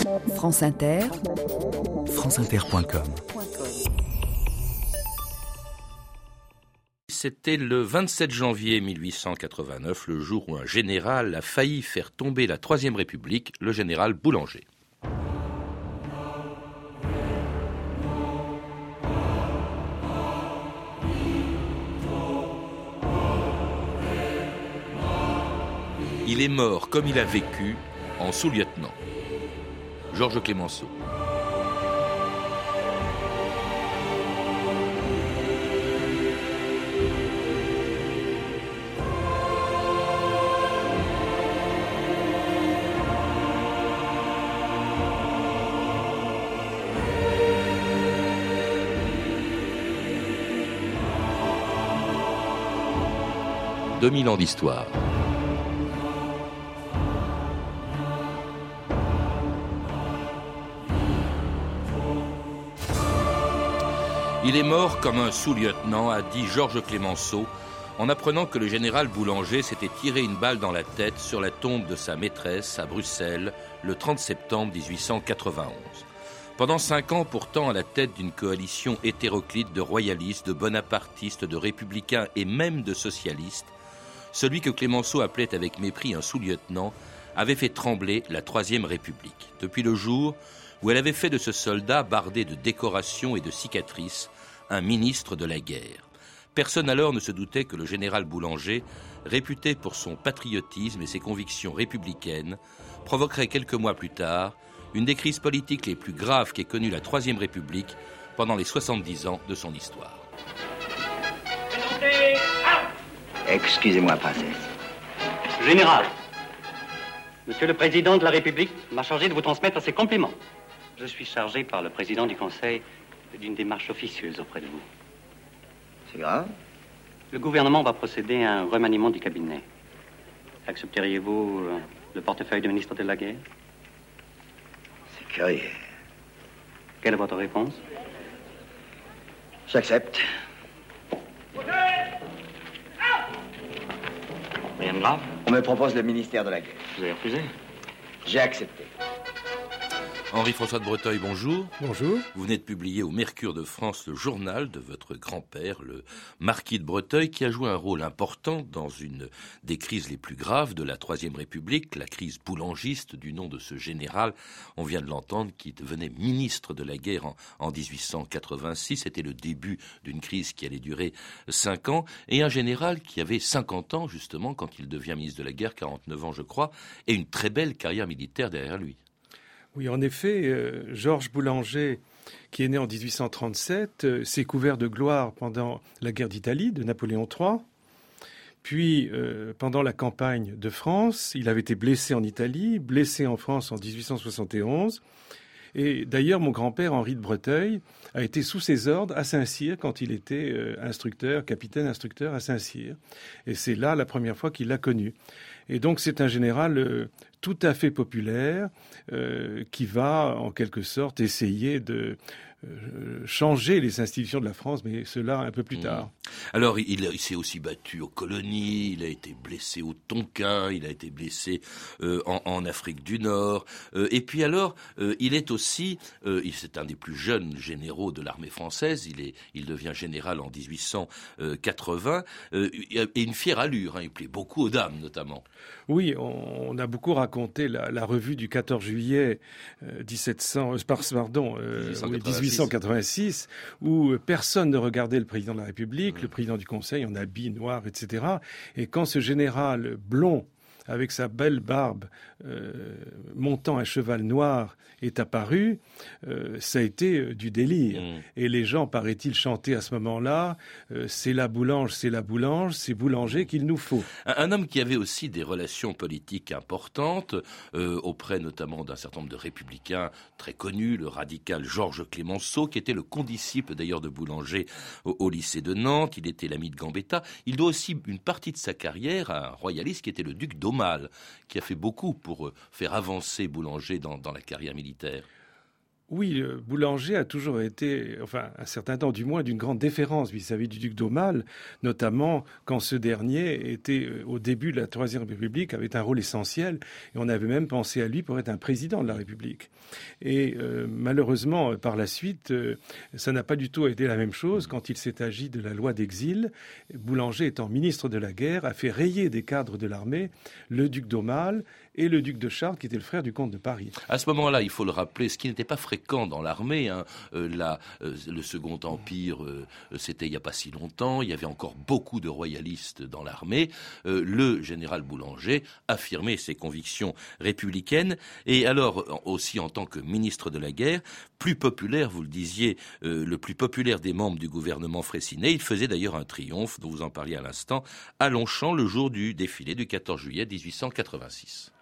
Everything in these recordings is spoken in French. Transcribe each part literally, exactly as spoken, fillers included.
France Inter, france inter point com. C'était le vingt-sept janvier mille huit cent quatre-vingt-neuf, le jour où un général a failli faire tomber la Troisième République, le général Boulanger. Il est mort comme il a vécu, en sous-lieutenant. Georges Clemenceau. deux mille ans d'histoire. Il est mort comme un sous-lieutenant, a dit Georges Clemenceau, en apprenant que le général Boulanger s'était tiré une balle dans la tête sur la tombe de sa maîtresse à Bruxelles le trente septembre mille huit cent quatre-vingt-onze. Pendant cinq ans, pourtant, à la tête d'une coalition hétéroclite de royalistes, de bonapartistes, de républicains et même de socialistes, celui que Clemenceau appelait avec mépris un sous-lieutenant avait fait trembler la Troisième République. Depuis le jour où elle avait fait de ce soldat, bardé de décorations et de cicatrices, un ministre de la guerre. Personne alors ne se doutait que le général Boulanger, réputé pour son patriotisme et ses convictions républicaines, provoquerait quelques mois plus tard une des crises politiques les plus graves qu'ait connue la Troisième République pendant les soixante-dix ans de son histoire. Excusez-moi, princesse. Général, Monsieur le Président de la République m'a chargé de vous transmettre ses compliments. Je suis chargé par le Président du Conseil d'une démarche officieuse auprès de vous. C'est grave? Le gouvernement va procéder à un remaniement du cabinet. Accepteriez-vous euh, le portefeuille de ministre de la Guerre? C'est curieux. Quelle est votre réponse? J'accepte. Rien de grave? On me propose le ministère de la Guerre. Vous avez refusé? J'ai accepté. Henri-François de Breteuil, bonjour. Bonjour. Vous venez de publier au Mercure de France le journal de votre grand-père, le marquis de Breteuil, qui a joué un rôle important dans une des crises les plus graves de la Troisième République, la crise boulangiste du nom de ce général, on vient de l'entendre, qui devenait ministre de la guerre en, en dix-huit cent quatre-vingt-six. C'était le début d'une crise qui allait durer cinq ans, et un général qui avait cinquante ans, justement, quand il devient ministre de la guerre, quarante-neuf ans, je crois, et une très belle carrière militaire derrière lui. Oui, en effet, euh, Georges Boulanger, qui est né en dix-huit cent trente-sept, euh, s'est couvert de gloire pendant la guerre d'Italie de Napoléon trois. Puis, euh, pendant la campagne de France, il avait été blessé en Italie, blessé en France en dix-huit cent soixante et onze. Et d'ailleurs, mon grand-père, Henri de Breteuil, a été sous ses ordres à Saint-Cyr quand il était euh, instructeur, capitaine instructeur à Saint-Cyr. Et c'est là la première fois qu'il l'a connu. Et donc, c'est un général euh, tout à fait populaire euh, qui va, en quelque sorte, essayer de euh, changer les institutions de la France, mais cela un peu plus tard. Mmh. Alors, il, il s'est aussi battu aux colonies, il a été blessé au Tonkin, il a été blessé euh, en, en Afrique du Nord. Euh, et puis alors, euh, il est aussi, euh, c'est un des plus jeunes généraux de l'armée française, il, est, il devient général en dix-huit cent quatre-vingts, euh, et une fière allure, hein, il plaît beaucoup aux dames notamment. Oui, on, on a beaucoup raconté la, la revue du quatorze juillet euh, dix-sept cents, euh, pardon, euh, dix-huit cent quatre-vingt-six, où personne ne regardait le président de la République, mmh. le président du Conseil en habit noir, et cetera. Et quand ce général blond, avec sa belle barbe, euh, montant un cheval noir, est apparu, euh, ça a été euh, du délire. Mmh. Et les gens, paraît-il, chantaient à ce moment-là, euh, c'est la Boulange, c'est la Boulange, c'est Boulanger qu'il nous faut. Un, un homme qui avait aussi des relations politiques importantes, euh, auprès notamment d'un certain nombre de républicains très connus, le radical Georges Clemenceau, qui était le condisciple d'ailleurs de Boulanger au, au lycée de Nantes, il était l'ami de Gambetta. Il doit aussi une partie de sa carrière à un royaliste qui était le duc d'Aumale, qui a fait beaucoup pour faire avancer Boulanger dans, dans la carrière militaire. Oui, Boulanger a toujours été, enfin un certain temps du moins, d'une grande déférence vis-à-vis du duc d'Aumale, notamment quand ce dernier était, au début de la Troisième République, avait un rôle essentiel, et on avait même pensé à lui pour être un président de la République. Et euh, malheureusement, par la suite, euh, ça n'a pas du tout été la même chose quand il s'est agi de la loi d'exil. Boulanger, étant ministre de la guerre, a fait rayer des cadres de l'armée le duc d'Aumale et le duc de Chartres, qui était le frère du comte de Paris. À ce moment-là, il faut le rappeler, ce qui n'était pas fréquent dans l'armée, hein, euh, la, euh, le Second Empire, euh, c'était il n'y a pas si longtemps, il y avait encore beaucoup de royalistes dans l'armée. Euh, le général Boulanger affirmait ses convictions républicaines, et alors aussi en tant que ministre de la guerre, plus populaire, vous le disiez, euh, le plus populaire des membres du gouvernement Freycinet. Il faisait d'ailleurs un triomphe, dont vous en parliez à l'instant, à Longchamp, le jour du défilé du quatorze juillet dix-huit cent quatre-vingt-six.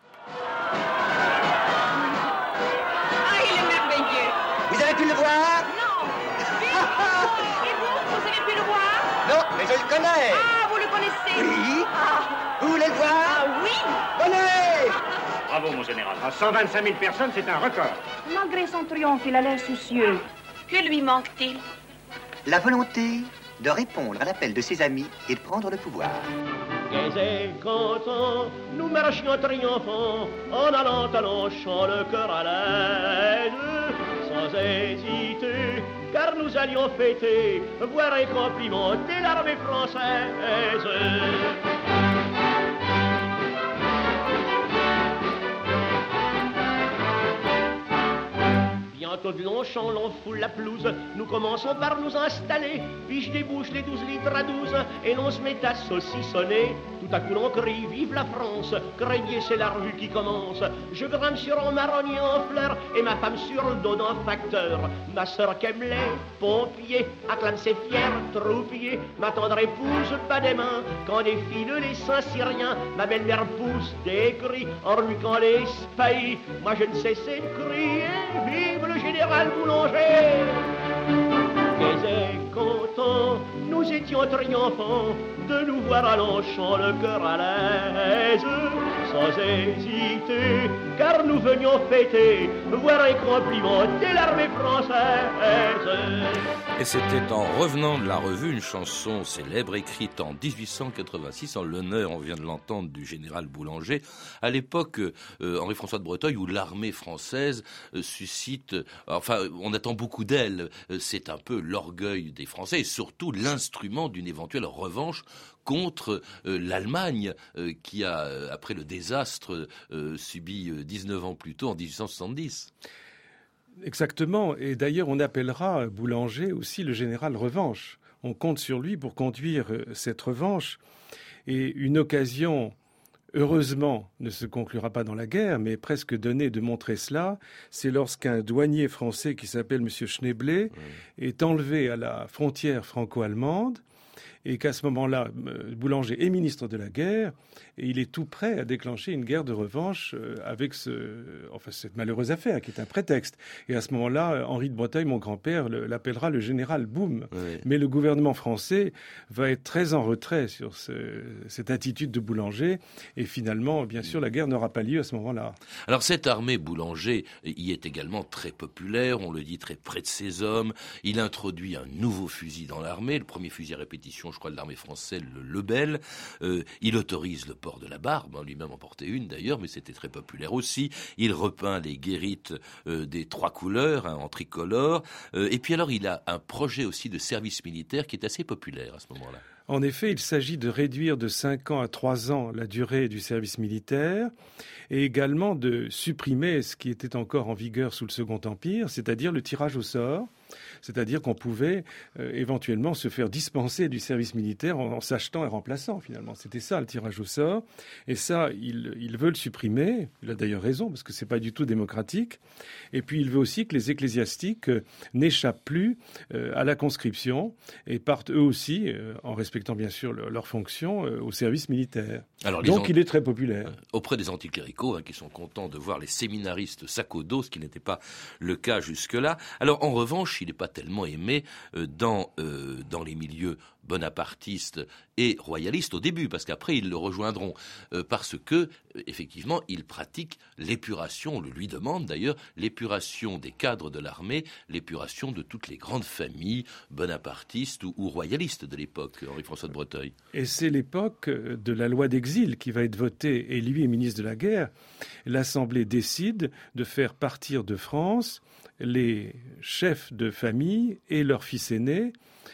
Ah, il est merveilleux. Vous avez pu le voir? Non. Et vous, vous avez pu le voir? Non, mais je le connais. Ah, vous le connaissez? Oui. Ah, Vous voulez le voir? ah oui. Venez! Bravo, mon général. À cent vingt-cinq mille personnes, c'est un record. Malgré son triomphe, il a l'air soucieux. Que lui manque-t-il? La volonté de répondre à l'appel de ses amis et de prendre le pouvoir. Gais et contents, nous marchions triomphants, en allant à Longchamp le cœur à l'aise, sans hésiter, car nous allions fêter, voir et complimenter l'armée française. Bientôt de Longchamp, l'on foule la pelouse. Nous commençons par nous installer. Puis je débouche les douze litres à douze et l'on se met à saucissonner. Tout à coup l'on crie vive la France. Craignez, c'est la rue qui commence. Je grimpe sur un marronnier en fleurs et ma femme sur le dos d'un facteur. Ma sœur Kemley, pompier, acclame ses fiers troupiers. Ma tendre épouse bat des mains quand défilent les Saint-Cyriens. Ma belle-mère pousse des cris en remuquant les spahis. Moi je ne cessais de crier vive le général Boulanger. Gais et contents, nous étions triomphants de nous voir à Longchamp le cœur à l'aise, sans hésiter, car nous venions fêter, voir et complimenter l'armée française. Et c'était en revenant de la revue une chanson célèbre écrite en dix-huit cent quatre-vingt-six en l'honneur, on vient de l'entendre, du général Boulanger. À l'époque, euh, Henri-François de Breteuil, où l'armée française euh, suscite, euh, enfin, on attend beaucoup d'elle. Euh, c'est un peu l'orgueil des Français et surtout l'instrument d'une éventuelle revanche contre euh, l'Allemagne euh, qui a, euh, après le désastre euh, subi euh, dix-neuf ans plus tôt, en dix-huit cent soixante-dix. Exactement. Et d'ailleurs, on appellera Boulanger aussi le général revanche. On compte sur lui pour conduire cette revanche. Et une occasion, heureusement, ne se conclura pas dans la guerre, mais presque donnée de montrer cela, c'est lorsqu'un douanier français qui s'appelle M. Schneebler mmh. est enlevé à la frontière franco-allemande. Et qu'à ce moment-là, Boulanger est ministre de la guerre et il est tout prêt à déclencher une guerre de revanche avec ce, enfin, cette malheureuse affaire qui est un prétexte. Et à ce moment-là, Henri de Breteuil, mon grand-père, l'appellera le général Boum. Oui. Mais le gouvernement français va être très en retrait sur ce, cette attitude de Boulanger et finalement, bien sûr, la guerre n'aura pas lieu à ce moment-là. Alors cette armée Boulanger y est également très populaire, on le dit, très près de ses hommes. Il introduit un nouveau fusil dans l'armée, le premier fusil à répétition, je crois, de l'armée française, le Lebel. Euh, il autorise le port de la barbe, hein, lui-même en portait une d'ailleurs, mais c'était très populaire aussi. Il repeint les guérites euh, des trois couleurs, hein, en tricolore. Euh, et puis alors, il a un projet aussi de service militaire qui est assez populaire à ce moment-là. En effet, il s'agit de réduire de cinq ans à trois ans la durée du service militaire et également de supprimer ce qui était encore en vigueur sous le Second Empire, c'est-à-dire le tirage au sort. C'est-à-dire qu'on pouvait euh, éventuellement se faire dispenser du service militaire en, en s'achetant et remplaçant, finalement. C'était ça, le tirage au sort. Et ça, il, il veut le supprimer. Il a d'ailleurs raison, parce que c'est pas du tout démocratique. Et puis, il veut aussi que les ecclésiastiques euh, n'échappent plus euh, à la conscription et partent eux aussi, euh, en respectant bien sûr le, leurs fonctions, euh, au service militaire. Alors, Donc, il est très populaire. Euh, auprès des anticléricaux, hein, qui sont contents de voir les séminaristes sac au dos, ce qui n'était pas le cas jusque-là. Alors, en revanche, il n'est pas tellement aimé euh, dans, euh, dans les milieux bonapartistes et royalistes au début, parce qu'après ils le rejoindront, euh, parce que effectivement il pratique l'épuration, on le lui demande d'ailleurs, l'épuration des cadres de l'armée, l'épuration de toutes les grandes familles bonapartistes ou, ou royalistes de l'époque, Henri-François de Breteuil. Et c'est l'époque de la loi d'exil qui va être votée, et lui est ministre de la guerre. L'Assemblée décide de faire partir de France les chefs de famille et leurs fils aînés,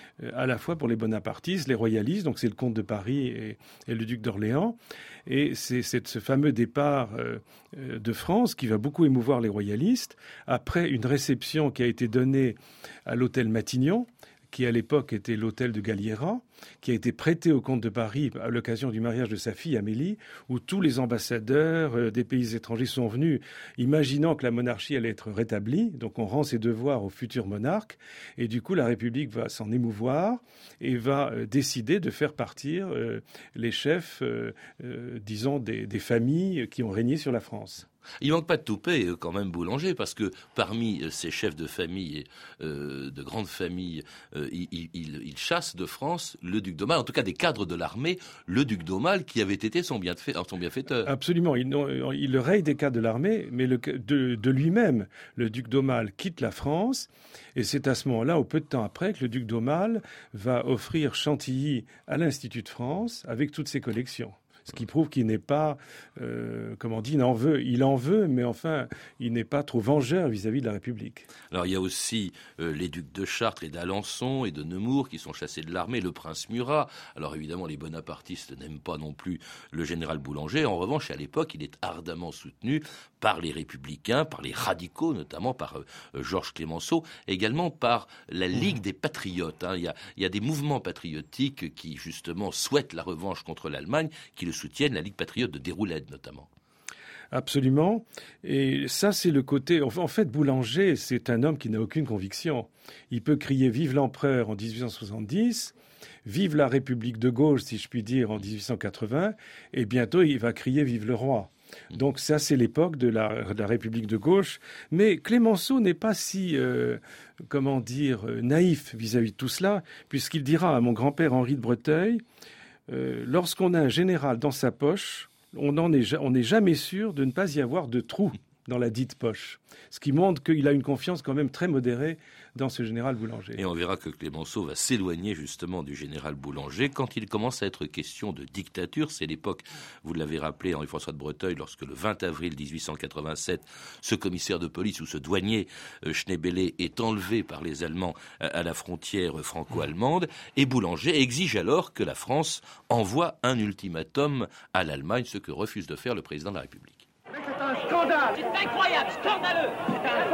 à la fois pour les bonapartistes, les royalistes, donc c'est le comte de Paris et, et le duc d'Orléans. Et c'est, c'est ce fameux départ euh, de France qui va beaucoup émouvoir les royalistes, après une réception qui a été donnée à l'hôtel Matignon, qui à l'époque était l'hôtel de Galliera, qui a été prêté au comte de Paris à l'occasion du mariage de sa fille Amélie, où tous les ambassadeurs euh, des pays étrangers sont venus, imaginant que la monarchie allait être rétablie. Donc on rend ses devoirs au futur monarque, et du coup la République va s'en émouvoir et va euh, décider de faire partir euh, les chefs, euh, euh, disons, des, des familles qui ont régné sur la France. Il manque pas de toupet quand même Boulanger, parce que parmi ces chefs de famille, euh, de grandes familles, euh, il, il, il chasse de France le duc d'Aumale, en tout cas des cadres de l'armée, le duc d'Aumale qui avait été son, bienfait, son bienfaiteur. Absolument, il, il le raye des cadres de l'armée, mais le, de, de lui-même, le duc d'Aumale quitte la France, et c'est à ce moment-là, ou peu de temps après, que le duc d'Aumale va offrir Chantilly à l'Institut de France avec toutes ses collections. Ce qui prouve qu'il n'est pas, euh, comme on dit, il en veut, il en veut, mais enfin, il n'est pas trop vengeur vis-à-vis de la République. Alors il y a aussi euh, les ducs de Chartres et d'Alençon et de Nemours qui sont chassés de l'armée, le prince Murat. Alors évidemment, les bonapartistes n'aiment pas non plus le général Boulanger. En revanche, à l'époque, il est ardemment soutenu par les républicains, par les radicaux, notamment par euh, Georges Clémenceau, également par la Ligue des patriotes. Hein. Il y a, il y a des mouvements patriotiques qui, justement, souhaitent la revanche contre l'Allemagne, qui le soutiennent, la Ligue patriote de Déroulède, notamment. Absolument. Et ça, c'est le côté... En fait, Boulanger, c'est un homme qui n'a aucune conviction. Il peut crier « Vive l'empereur » en dix-huit cent soixante-dix, « Vive la République de gauche », si je puis dire, en dix-huit cent quatre-vingts, et bientôt, il va crier « Vive le roi ». Donc ça, c'est l'époque de la, de la République de gauche. Mais Clémenceau n'est pas si, euh, comment dire, naïf vis-à-vis de tout cela, puisqu'il dira à mon grand-père Henri de Breteuil, euh, lorsqu'on a un général dans sa poche, on n'est jamais sûr de ne pas y avoir de trou dans la dite poche. Ce qui montre qu'il a une confiance quand même très modérée dans ce général Boulanger. Et on verra que Clémenceau va s'éloigner justement du général Boulanger quand il commence à être question de dictature. C'est l'époque, vous l'avez rappelé, Henri-François de Breteuil, lorsque le vingt avril dix-huit cent quatre-vingt-sept, ce commissaire de police ou ce douanier euh, Schneebele est enlevé par les Allemands à, à la frontière franco-allemande, et Boulanger exige alors que la France envoie un ultimatum à l'Allemagne, ce que refuse de faire le président de la République. C'est un scandale! C'est incroyable, scandaleux! C'est un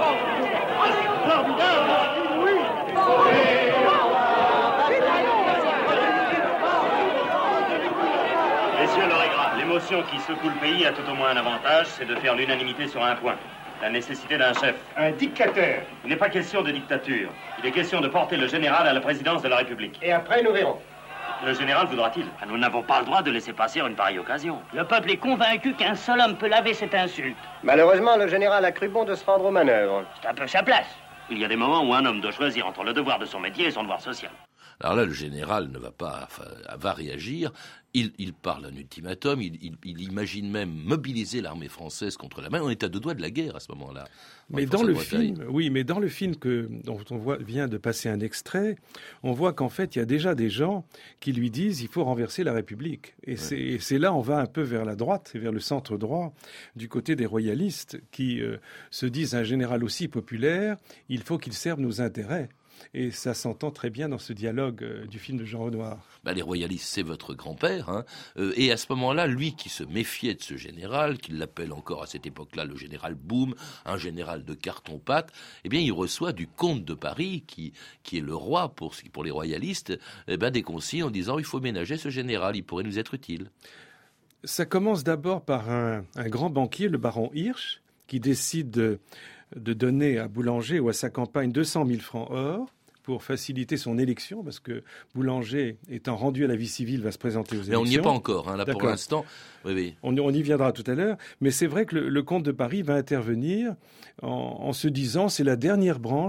formidable! Oui! Messieurs l'Orégraphe, l'émotion qui secoue le pays a tout au moins un avantage, c'est de faire l'unanimité sur un point. La nécessité d'un chef. Un dictateur. Il n'est pas question de dictature. Il est question de porter le général à la présidence de la République. Et après, nous verrons. Le général voudra-t-il? Nous n'avons pas le droit de laisser passer une pareille occasion. Le peuple est convaincu qu'un seul homme peut laver cette insulte. Malheureusement, le général a cru bon de se rendre aux manœuvres. C'est un peu sa place. Il y a des moments où un homme doit choisir entre le devoir de son métier et son devoir social. Alors là, le général ne va pas, enfin, va réagir. Il, il parle d'un ultimatum. Il, il, il imagine même mobiliser l'armée française contre l'Allemagne. On est à deux doigts de la guerre à ce moment-là. Mais dans le film, oui, mais dans le film que dont on voit, vient de passer un extrait, on voit qu'en fait, il y a déjà des gens qui lui disent il faut renverser la République. Et ouais. c'est là, on va un peu vers la droite, vers le centre droit, du côté des royalistes qui euh, se disent un général aussi populaire, il faut qu'il serve nos intérêts. Et ça s'entend très bien dans ce dialogue euh, du film de Jean Renoir. Bah, les royalistes, c'est votre grand-père. Hein. Euh, et à ce moment-là, lui qui se méfiait de ce général, qui l'appelle encore à cette époque-là le général Boum, un général de carton-pâte, eh bien, il reçoit du comte de Paris, qui, qui est le roi pour, pour les royalistes, eh ben, des consignes en disant il faut ménager ce général, il pourrait nous être utile. Ça commence d'abord par un, un grand banquier, le baron Hirsch, qui décide de, de donner à Boulanger ou à sa campagne deux cent mille francs or pour faciliter son élection, parce que Boulanger, étant rendu à la vie civile, va se présenter aux élections. Mais on n'y est pas encore, hein, là pour l'instant. Oui, oui. On, on y viendra tout à l'heure. Mais c'est vrai que le, le comte de Paris va intervenir en, en se disant c'est la dernière branche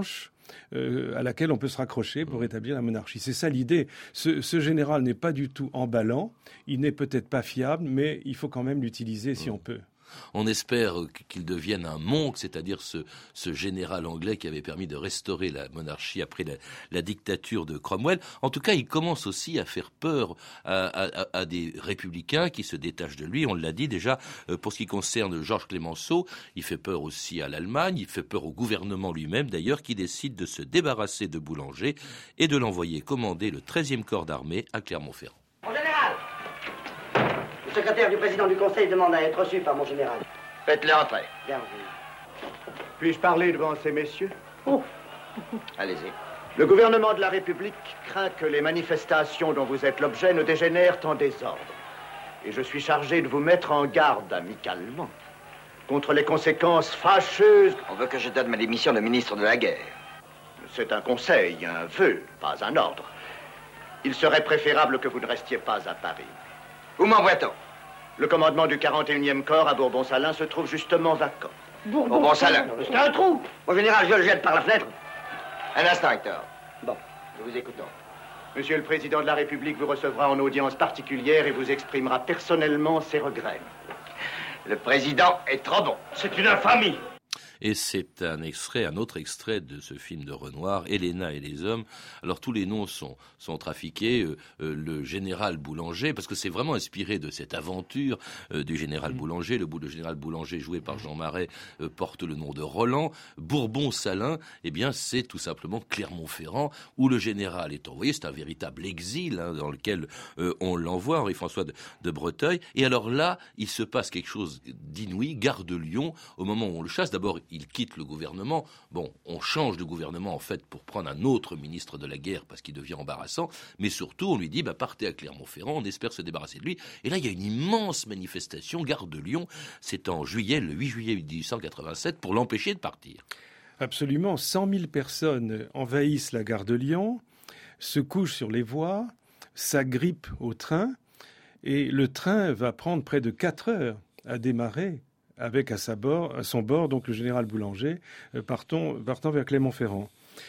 euh, à laquelle on peut se raccrocher pour établir la monarchie. C'est ça l'idée. Ce, ce général n'est pas du tout emballant, il n'est peut-être pas fiable, mais il faut quand même l'utiliser si on peut. On espère qu'il devienne un monk, c'est-à-dire ce, ce général anglais qui avait permis de restaurer la monarchie après la, la dictature de Cromwell. En tout cas, il commence aussi à faire peur à, à, à des républicains qui se détachent de lui. On l'a dit déjà, pour ce qui concerne Georges Clemenceau, il fait peur aussi à l'Allemagne, il fait peur au gouvernement lui-même d'ailleurs, qui décide de se débarrasser de Boulanger et de l'envoyer commander le treizième corps d'armée à Clermont-Ferrand. Mon général, le secrétaire du président du Conseil demande à être reçu par mon général. Faites-le entrer. Bienvenue. Puis-je parler devant ces messieurs? Oh. Allez-y. Le gouvernement de la République craint que les manifestations dont vous êtes l'objet ne dégénèrent en désordre. Et je suis chargé de vous mettre en garde amicalement contre les conséquences fâcheuses. On veut que je donne ma démission de ministre de la guerre. C'est un conseil, un vœu, pas un ordre. Il serait préférable que vous ne restiez pas à Paris. Où m'envoie-t-on? Le commandement du quarante et unième corps à Bourbon-Salin se trouve justement vacant. Bourbon-Salin? C'est un trou. Mon général, je le jette par la fenêtre. Un instant, Hector. Bon. Nous vous écoutons. Monsieur le Président de la République vous recevra en audience particulière et vous exprimera personnellement ses regrets. Le président est trop bon. C'est une infamie. Et c'est un extrait, un autre extrait de ce film de Renoir, Helena et les hommes. Alors tous les noms sont, sont trafiqués. Euh, euh, le général Boulanger, parce que c'est vraiment inspiré de cette aventure euh, du général mmh. Boulanger. Le, le général Boulanger, joué par Jean Marais, euh, porte le nom de Roland. Bourbon-Salin, eh bien c'est tout simplement Clermont-Ferrand, où le général est envoyé. C'est un véritable exil hein, dans lequel euh, on l'envoie, Henri-François de, de Breteuil. Et alors là, il se passe quelque chose d'inouï, gare de Lyon, au moment où on le chasse. D'abord, il quitte le gouvernement. Bon, on change de gouvernement en fait pour prendre un autre ministre de la guerre parce qu'il devient embarrassant. Mais surtout, on lui dit bah, partez à Clermont-Ferrand, on espère se débarrasser de lui. Et là, il y a une immense manifestation, gare de Lyon. C'est en juillet, le huit juillet dix-huit cent quatre-vingt-sept, pour l'empêcher de partir. Absolument. cent mille personnes envahissent la gare de Lyon, se couchent sur les voies, s'agrippent au train. Et le train va prendre près de quatre heures à démarrer, avec à, sa bord, à son bord donc le général Boulanger, euh, partant, partant vers Clermont-Ferrand.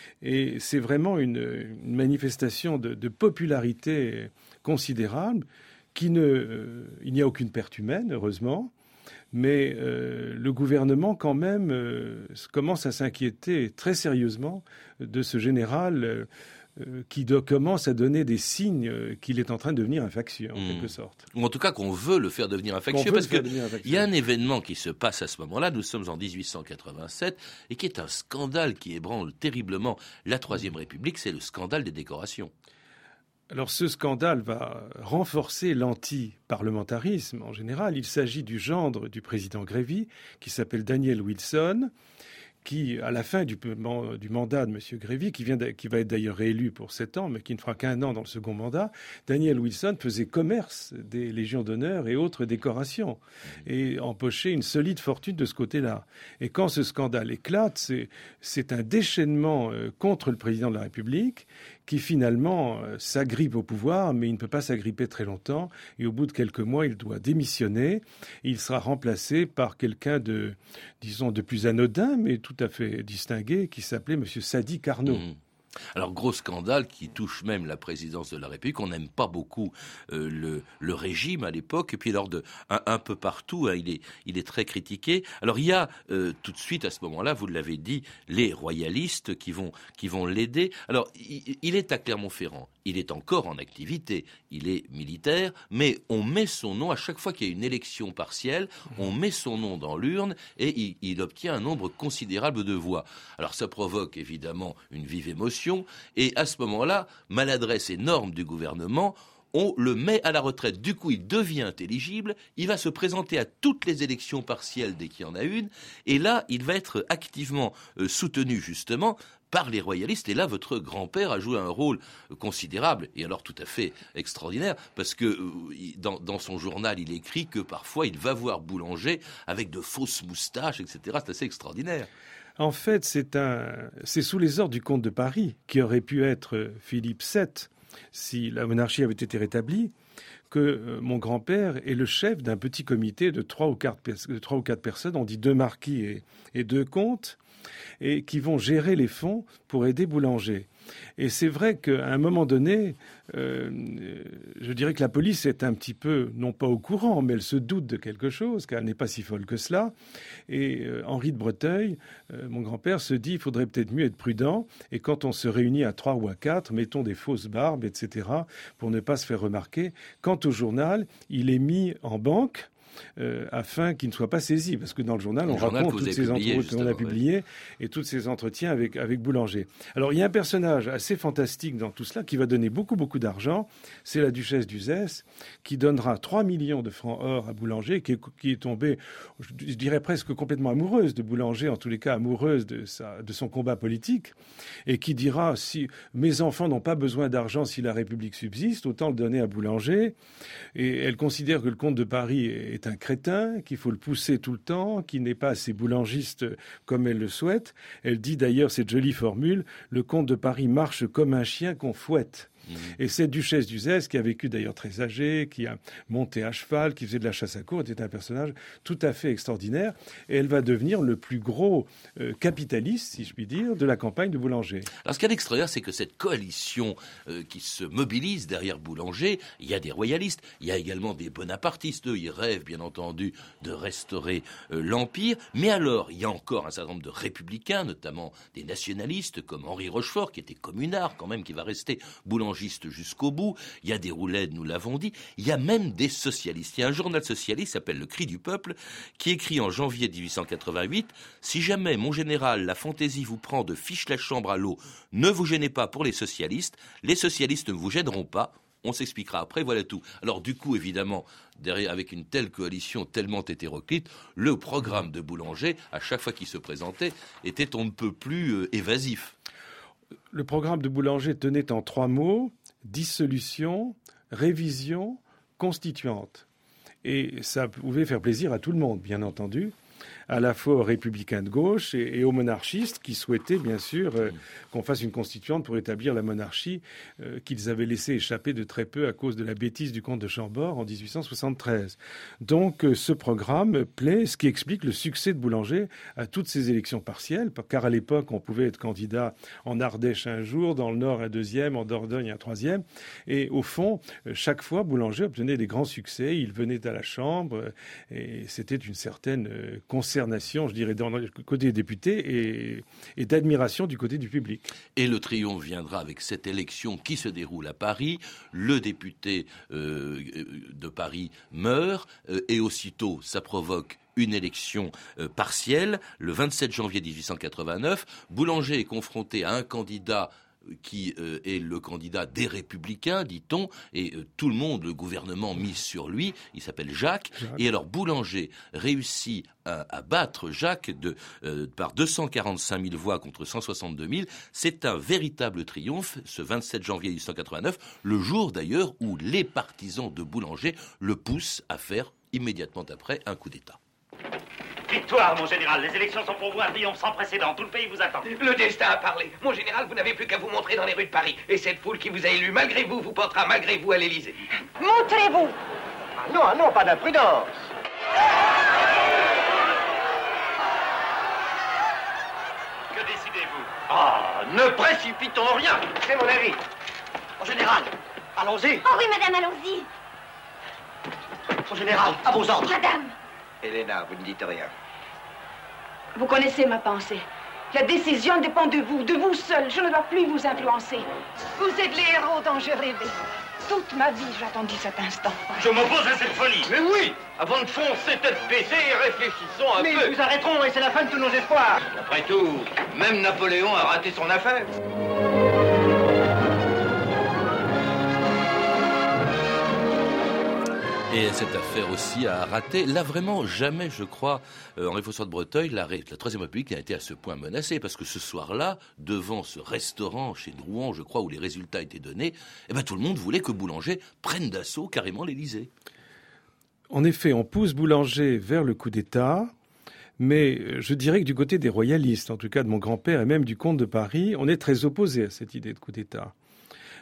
Et c'est vraiment une, une manifestation de, de popularité considérable. Qui ne, euh, il n'y a aucune perte humaine, heureusement, mais euh, le gouvernement quand même euh, commence à s'inquiéter très sérieusement de ce général euh, Euh, qui do- commence à donner des signes euh, qu'il est en train de devenir un factieux, en mmh. quelque sorte. Ou en tout cas qu'on veut le faire devenir un factieux, parce qu'il y a un événement qui se passe à ce moment-là, nous sommes en dix-huit cent quatre-vingt-sept, et qui est un scandale qui ébranle terriblement la Troisième République, c'est le scandale des décorations. Alors ce scandale va renforcer l'anti-parlementarisme en général. Il s'agit du gendre du président Grévy, qui s'appelle Daniel Wilson, qui, à la fin du, du mandat de M. Grévy, qui, vient de, qui va être d'ailleurs réélu pour sept ans, mais qui ne fera qu'un an dans le second mandat, Daniel Wilson faisait commerce des légions d'honneur et autres décorations et empochait une solide fortune de ce côté-là. Et quand ce scandale éclate, c'est, c'est un déchaînement contre le président de la République qui finalement euh, s'agrippe au pouvoir, mais il ne peut pas s'agripper très longtemps. Et au bout de quelques mois, il doit démissionner. Il sera remplacé par quelqu'un de, disons, de plus anodin, mais tout à fait distingué, qui s'appelait M. Sadi Carnot. Mmh. Alors, gros scandale qui touche même la présidence de la République. On n'aime pas beaucoup euh, le, le régime à l'époque. Et puis, alors, de, un, un peu partout, hein, il, est, il est très critiqué. Alors, il y a euh, tout de suite, à ce moment-là, vous l'avez dit, les royalistes qui vont, qui vont l'aider. Alors, il, il est à Clermont-Ferrand. Il est encore en activité. Il est militaire. Mais on met son nom, à chaque fois qu'il y a une élection partielle, on met son nom dans l'urne et il, il obtient un nombre considérable de voix. Alors, ça provoque évidemment une vive émotion. Et à ce moment-là, maladresse énorme du gouvernement, on le met à la retraite. Du coup, il devient éligible, il va se présenter à toutes les élections partielles dès qu'il y en a une, et là, il va être activement euh, soutenu justement par les royalistes. Et là, votre grand-père a joué un rôle considérable, et alors tout à fait extraordinaire, parce que euh, dans, dans son journal, il écrit que parfois, il va voir Boulanger avec de fausses moustaches, et cetera. C'est assez extraordinaire. En fait, c'est, un, c'est sous les ordres du comte de Paris, qui aurait pu être Philippe sept, si la monarchie avait été rétablie, que euh, mon grand-père est le chef d'un petit comité de trois ou quatre, de trois ou quatre personnes, on dit deux marquis et, et deux comtes, et qui vont gérer les fonds pour aider Boulanger. Et c'est vrai qu'à un moment donné, euh, je dirais que la police est un petit peu, non pas au courant, mais elle se doute de quelque chose, car elle n'est pas si folle que cela. Et euh, Henri de Breteuil, euh, mon grand-père, se dit, il faudrait peut-être mieux être prudent. Et quand on se réunit à trois ou à quatre, mettons des fausses barbes, et cetera, pour ne pas se faire remarquer. Quant au journal, il est mis en banque. Euh, afin qu'il ne soit pas saisi, parce que dans le journal, le on journal raconte toutes ces entretiens qu'on a publiés ouais. et tous ces entretiens avec, avec Boulanger. Alors, il y a un personnage assez fantastique dans tout cela qui va donner beaucoup, beaucoup d'argent. C'est la duchesse d'Uzès, qui donnera trois millions de francs or à Boulanger, qui est, qui est tombée, je dirais presque complètement amoureuse de Boulanger, en tous les cas amoureuse de, sa, de son combat politique, et qui dira, si mes enfants n'ont pas besoin d'argent si la République subsiste, autant le donner à Boulanger. Et elle considère que le comte de Paris est un crétin, qu'il faut le pousser tout le temps, qu'il n'est pas assez boulangiste comme elle le souhaite. Elle dit d'ailleurs cette jolie formule, le comte de Paris marche comme un chien qu'on fouette. Mmh. Et cette duchesse d'Uzès, qui a vécu d'ailleurs très âgée, qui a monté à cheval, qui faisait de la chasse à courre, était un personnage tout à fait extraordinaire. Et elle va devenir le plus gros euh, capitaliste, si je puis dire, de la campagne de Boulanger. Alors ce qu'il y a d'extraordinaire, c'est que cette coalition euh, qui se mobilise derrière Boulanger, il y a des royalistes, il y a également des bonapartistes. Eux, ils rêvent bien entendu de restaurer euh, l'Empire. Mais alors, il y a encore un certain nombre de républicains, notamment des nationalistes, comme Henri Rochefort, qui était communard quand même, qui va rester boulanger jusqu'au bout. Il y a des Roulèdes, nous l'avons dit. Il y a même des socialistes. Il y a un journal socialiste qui s'appelle Le Cri du Peuple qui écrit en janvier dix-huit cent quatre-vingt-huit « Si jamais, mon général, la fantaisie vous prend de fiche la chambre à l'eau, ne vous gênez pas pour les socialistes. Les socialistes ne vous gêneront pas. On s'expliquera après, voilà tout. » Alors du coup, évidemment, derrière, avec une telle coalition tellement hétéroclite, le programme de Boulanger, à chaque fois qu'il se présentait, était on ne peut plus euh, évasif. Le programme de Boulanger tenait en trois mots, dissolution, révision, constituante. Et ça pouvait faire plaisir à tout le monde, bien entendu, à la fois aux républicains de gauche et, et aux monarchistes qui souhaitaient, bien sûr, euh, qu'on fasse une constituante pour établir la monarchie euh, qu'ils avaient laissé échapper de très peu à cause de la bêtise du comte de Chambord en dix-huit cent soixante-treize. Donc, euh, ce programme plaît, ce qui explique le succès de Boulanger à toutes ces élections partielles, car à l'époque, on pouvait être candidat en Ardèche un jour, dans le Nord un deuxième, en Dordogne un troisième. Et au fond, chaque fois, Boulanger obtenait des grands succès. Il venait à la Chambre et c'était une certaine euh, consternation, je dirais, dans le côté des députés et, et d'admiration du côté du public. Et le triomphe viendra avec cette élection qui se déroule à Paris. Le député euh, de Paris meurt euh, et aussitôt, ça provoque une élection euh, partielle. Le vingt-sept janvier dix-huit cent quatre-vingt-neuf, Boulanger est confronté à un candidat qui euh, est le candidat des Républicains, dit-on, et euh, tout le monde, le gouvernement mise sur lui, il s'appelle Jacques, Jacques. Et alors Boulanger réussit à, à battre Jacques de, euh, par deux cent quarante-cinq mille voix contre cent soixante-deux mille. C'est un véritable triomphe, ce vingt-sept janvier dix-huit cent quatre-vingt-neuf, le jour d'ailleurs où les partisans de Boulanger le poussent à faire immédiatement après un coup d'État. Victoire, mon général. Les élections sont pour vous un triomphe sans précédent. Tout le pays vous attend. Le destin a parlé. Mon général, vous n'avez plus qu'à vous montrer dans les rues de Paris. Et cette foule qui vous a élu malgré vous, vous portera malgré vous à l'Élysée. Montrez-vous. Ah non, ah non, pas d'imprudence. Que décidez-vous? Ah, ne précipitons rien. C'est mon avis. Mon général, allons-y. Oh oui, madame, allons-y. Mon général, à vos ordres. Madame. Héléna, vous ne dites rien. Vous connaissez ma pensée. La décision dépend de vous, de vous seul. Je ne dois plus vous influencer. Vous êtes les héros dont j'ai rêvé. Toute ma vie, j'ai attendu cet instant. Je m'oppose à cette folie. Mais oui, avant de foncer tête baissée, réfléchissons un Mais peu. Mais nous arrêterons et c'est la fin de tous nos espoirs. Après tout, même Napoléon a raté son affaire. Et cette affaire aussi a raté. Là, vraiment, jamais, je crois, euh, Henri François de Breteuil, la, ré... la Troisième République a été à ce point menacée. Parce que ce soir-là, devant ce restaurant chez Drouan, je crois, où les résultats étaient donnés, eh ben, tout le monde voulait que Boulanger prenne d'assaut carrément l'Élysée. En effet, on pousse Boulanger vers le coup d'État. Mais je dirais que du côté des royalistes, en tout cas de mon grand-père et même du comte de Paris, on est très opposé à cette idée de coup d'État.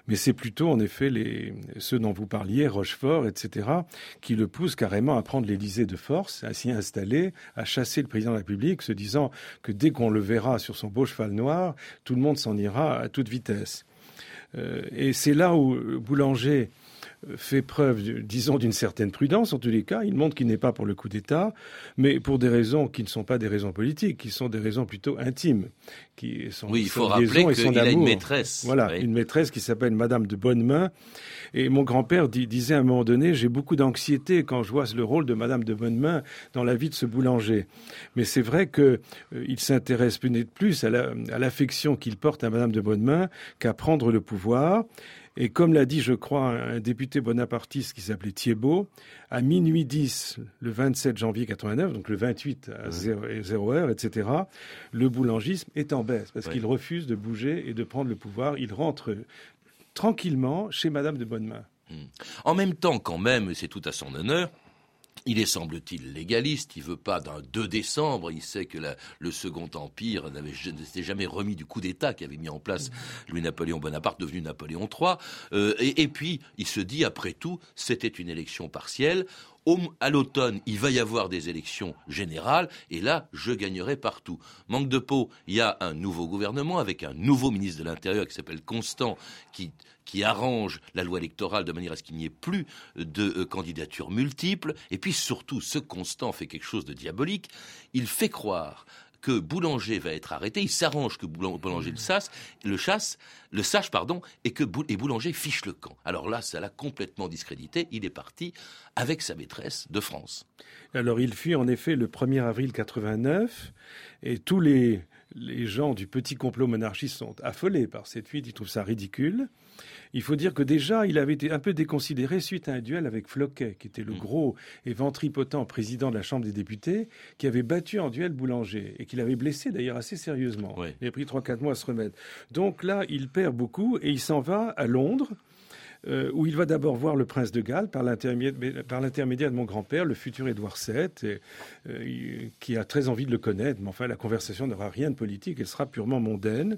Mais c'est plutôt, en effet, les, ceux dont vous parliez, Rochefort, et cetera, qui le poussent carrément à prendre l'Élysée de force, à s'y installer, à chasser le président de la République, se disant que dès qu'on le verra sur son beau cheval noir, tout le monde s'en ira à toute vitesse. Euh, et c'est là où Boulanger fait preuve, disons, d'une certaine prudence, en tous les cas. Il montre qu'il n'est pas pour le coup d'État, mais pour des raisons qui ne sont pas des raisons politiques, qui sont des raisons plutôt intimes. Qui sont oui, il faut rappeler qu'il a une maîtresse. Voilà, oui. Une maîtresse qui s'appelle Madame de Bonnemain. Et mon grand-père dit, disait à un moment donné, j'ai beaucoup d'anxiété quand je vois le rôle de Madame de Bonnemain dans la vie de ce boulanger. Mais c'est vrai qu'il euh, s'intéresse plus à, la, à l'affection qu'il porte à Madame de Bonnemain qu'à prendre le pouvoir. Et comme l'a dit, je crois, un député bonapartiste qui s'appelait Thiebaud, à minuit dix, le vingt-sept janvier quatre-vingt-neuf, donc le vingt-huit à zéro heure, et cetera, le boulangisme est en baisse parce ouais. qu'il refuse de bouger et de prendre le pouvoir. Il rentre tranquillement chez Madame de Bonnemain. Mmh. En même temps, quand même, c'est tout à son honneur, il est, semble-t-il, légaliste. Il veut pas d'un deux décembre. Il sait que la, le Second Empire n'avait, ne s'était jamais remis du coup d'État qu'avait mis en place Louis-Napoléon Bonaparte, devenu Napoléon trois. Euh, et, et puis, il se dit, après tout, c'était une élection partielle. Au, à l'automne, il va y avoir des élections générales, et là, je gagnerai partout. Manque de peau, il y a un nouveau gouvernement avec un nouveau ministre de l'Intérieur qui s'appelle Constant, qui, qui arrange la loi électorale de manière à ce qu'il n'y ait plus de euh, candidatures multiples. Et puis surtout, ce Constant fait quelque chose de diabolique. Il fait croire que Boulanger va être arrêté, il s'arrange que Boulanger le sache, le chasse, le sache, pardon, et que Bou- et Boulanger fiche le camp. Alors là, ça l'a complètement discrédité. Il est parti avec sa maîtresse de France. Alors il fuit en effet le premier avril quatre-vingt-neuf, et tous les, les gens du petit complot monarchiste sont affolés par cette fuite, ils trouvent ça ridicule. Il faut dire que déjà, il avait été un peu déconsidéré suite à un duel avec Floquet, qui était le gros et ventripotent président de la Chambre des députés, qui avait battu en duel Boulanger et qui l'avait blessé d'ailleurs assez sérieusement. Oui. Il a pris trois quatre mois à se remettre. Donc là, il perd beaucoup et il s'en va à Londres, euh, où il va d'abord voir le prince de Galles par l'intermédiaire, par l'intermédiaire de mon grand-père, le futur Édouard sept, et, euh, qui a très envie de le connaître. Mais enfin, la conversation n'aura rien de politique, elle sera purement mondaine.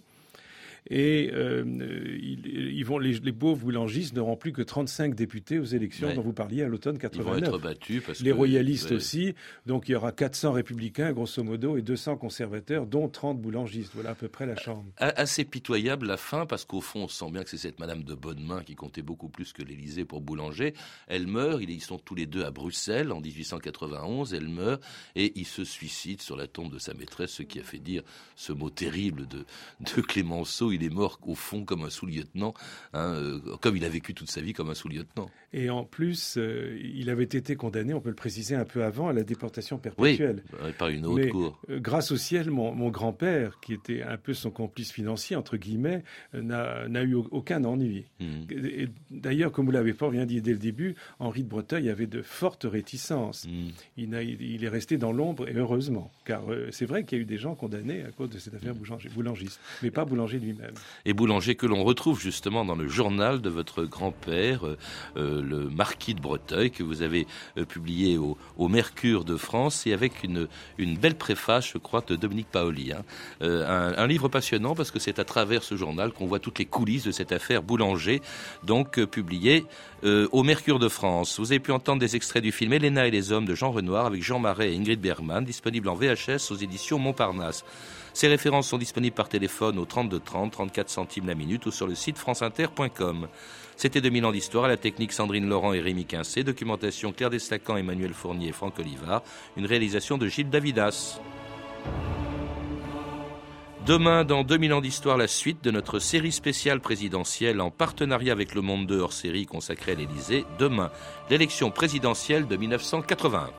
Et euh, ils, ils vont, les, les pauvres boulangistes n'auront plus que trente-cinq députés aux élections ouais. dont vous parliez à l'automne quatre-vingt-neuf. Ils vont être battus parce les que, royalistes ouais. aussi. Donc il y aura quatre cents républicains, grosso modo, et deux cents conservateurs, dont trente boulangistes. Voilà à peu près la Chambre. Assez pitoyable la fin, parce qu'au fond, on sent bien que c'est cette Madame de Bonnemain qui comptait beaucoup plus que l'Élysée pour Boulanger. Elle meurt, ils sont tous les deux à Bruxelles en dix-huit cent quatre-vingt-onze. Elle meurt et il se suicide sur la tombe de sa maîtresse, ce qui a fait dire ce mot terrible de, de Clémenceau. Il est mort au fond comme un sous-lieutenant, hein, euh, comme il a vécu toute sa vie comme un sous-lieutenant. Et en plus, euh, il avait été condamné, on peut le préciser un peu avant, à la déportation perpétuelle. Oui, par une haute Mais, cour. Euh, grâce au ciel, mon, mon grand-père, qui était un peu son complice financier, entre guillemets, euh, n'a, n'a eu aucun ennui. Mmh. Et, d'ailleurs, comme vous l'avez fort bien dit dès le début, Henri de Breteuil avait de fortes réticences. Mmh. Il, a, il est resté dans l'ombre, et heureusement, car euh, c'est vrai qu'il y a eu des gens condamnés à cause de cette affaire Boulanger, boulangiste, mais pas Boulanger lui-même. Et Boulanger que l'on retrouve justement dans le journal de votre grand-père, euh, euh, le marquis de Breteuil, que vous avez euh, publié au, au Mercure de France, et avec une, une belle préface, je crois, de Dominique Paoli. Hein. Euh, un, un livre passionnant, parce que c'est à travers ce journal qu'on voit toutes les coulisses de cette affaire Boulanger, donc euh, publié euh, au Mercure de France. Vous avez pu entendre des extraits du film Helena et les hommes de Jean Renoir, avec Jean Marais et Ingrid Bergman, disponible en V H S aux éditions Montparnasse. Ces références sont disponibles par téléphone au trente-deux trente, trente-quatre centimes la minute, ou sur le site franceinter point com. C'était deux mille ans d'histoire, à la technique Sandrine Laurent et Rémi Quincé, documentation Claire Destacan, Emmanuel Fournier et Franck Olivard, une réalisation de Gilles Davidas. Demain, dans deux mille ans d'histoire, la suite de notre série spéciale présidentielle en partenariat avec Le Monde deux hors série consacrée à l'Élysée. Demain, l'élection présidentielle de mille neuf cent quatre-vingt-un.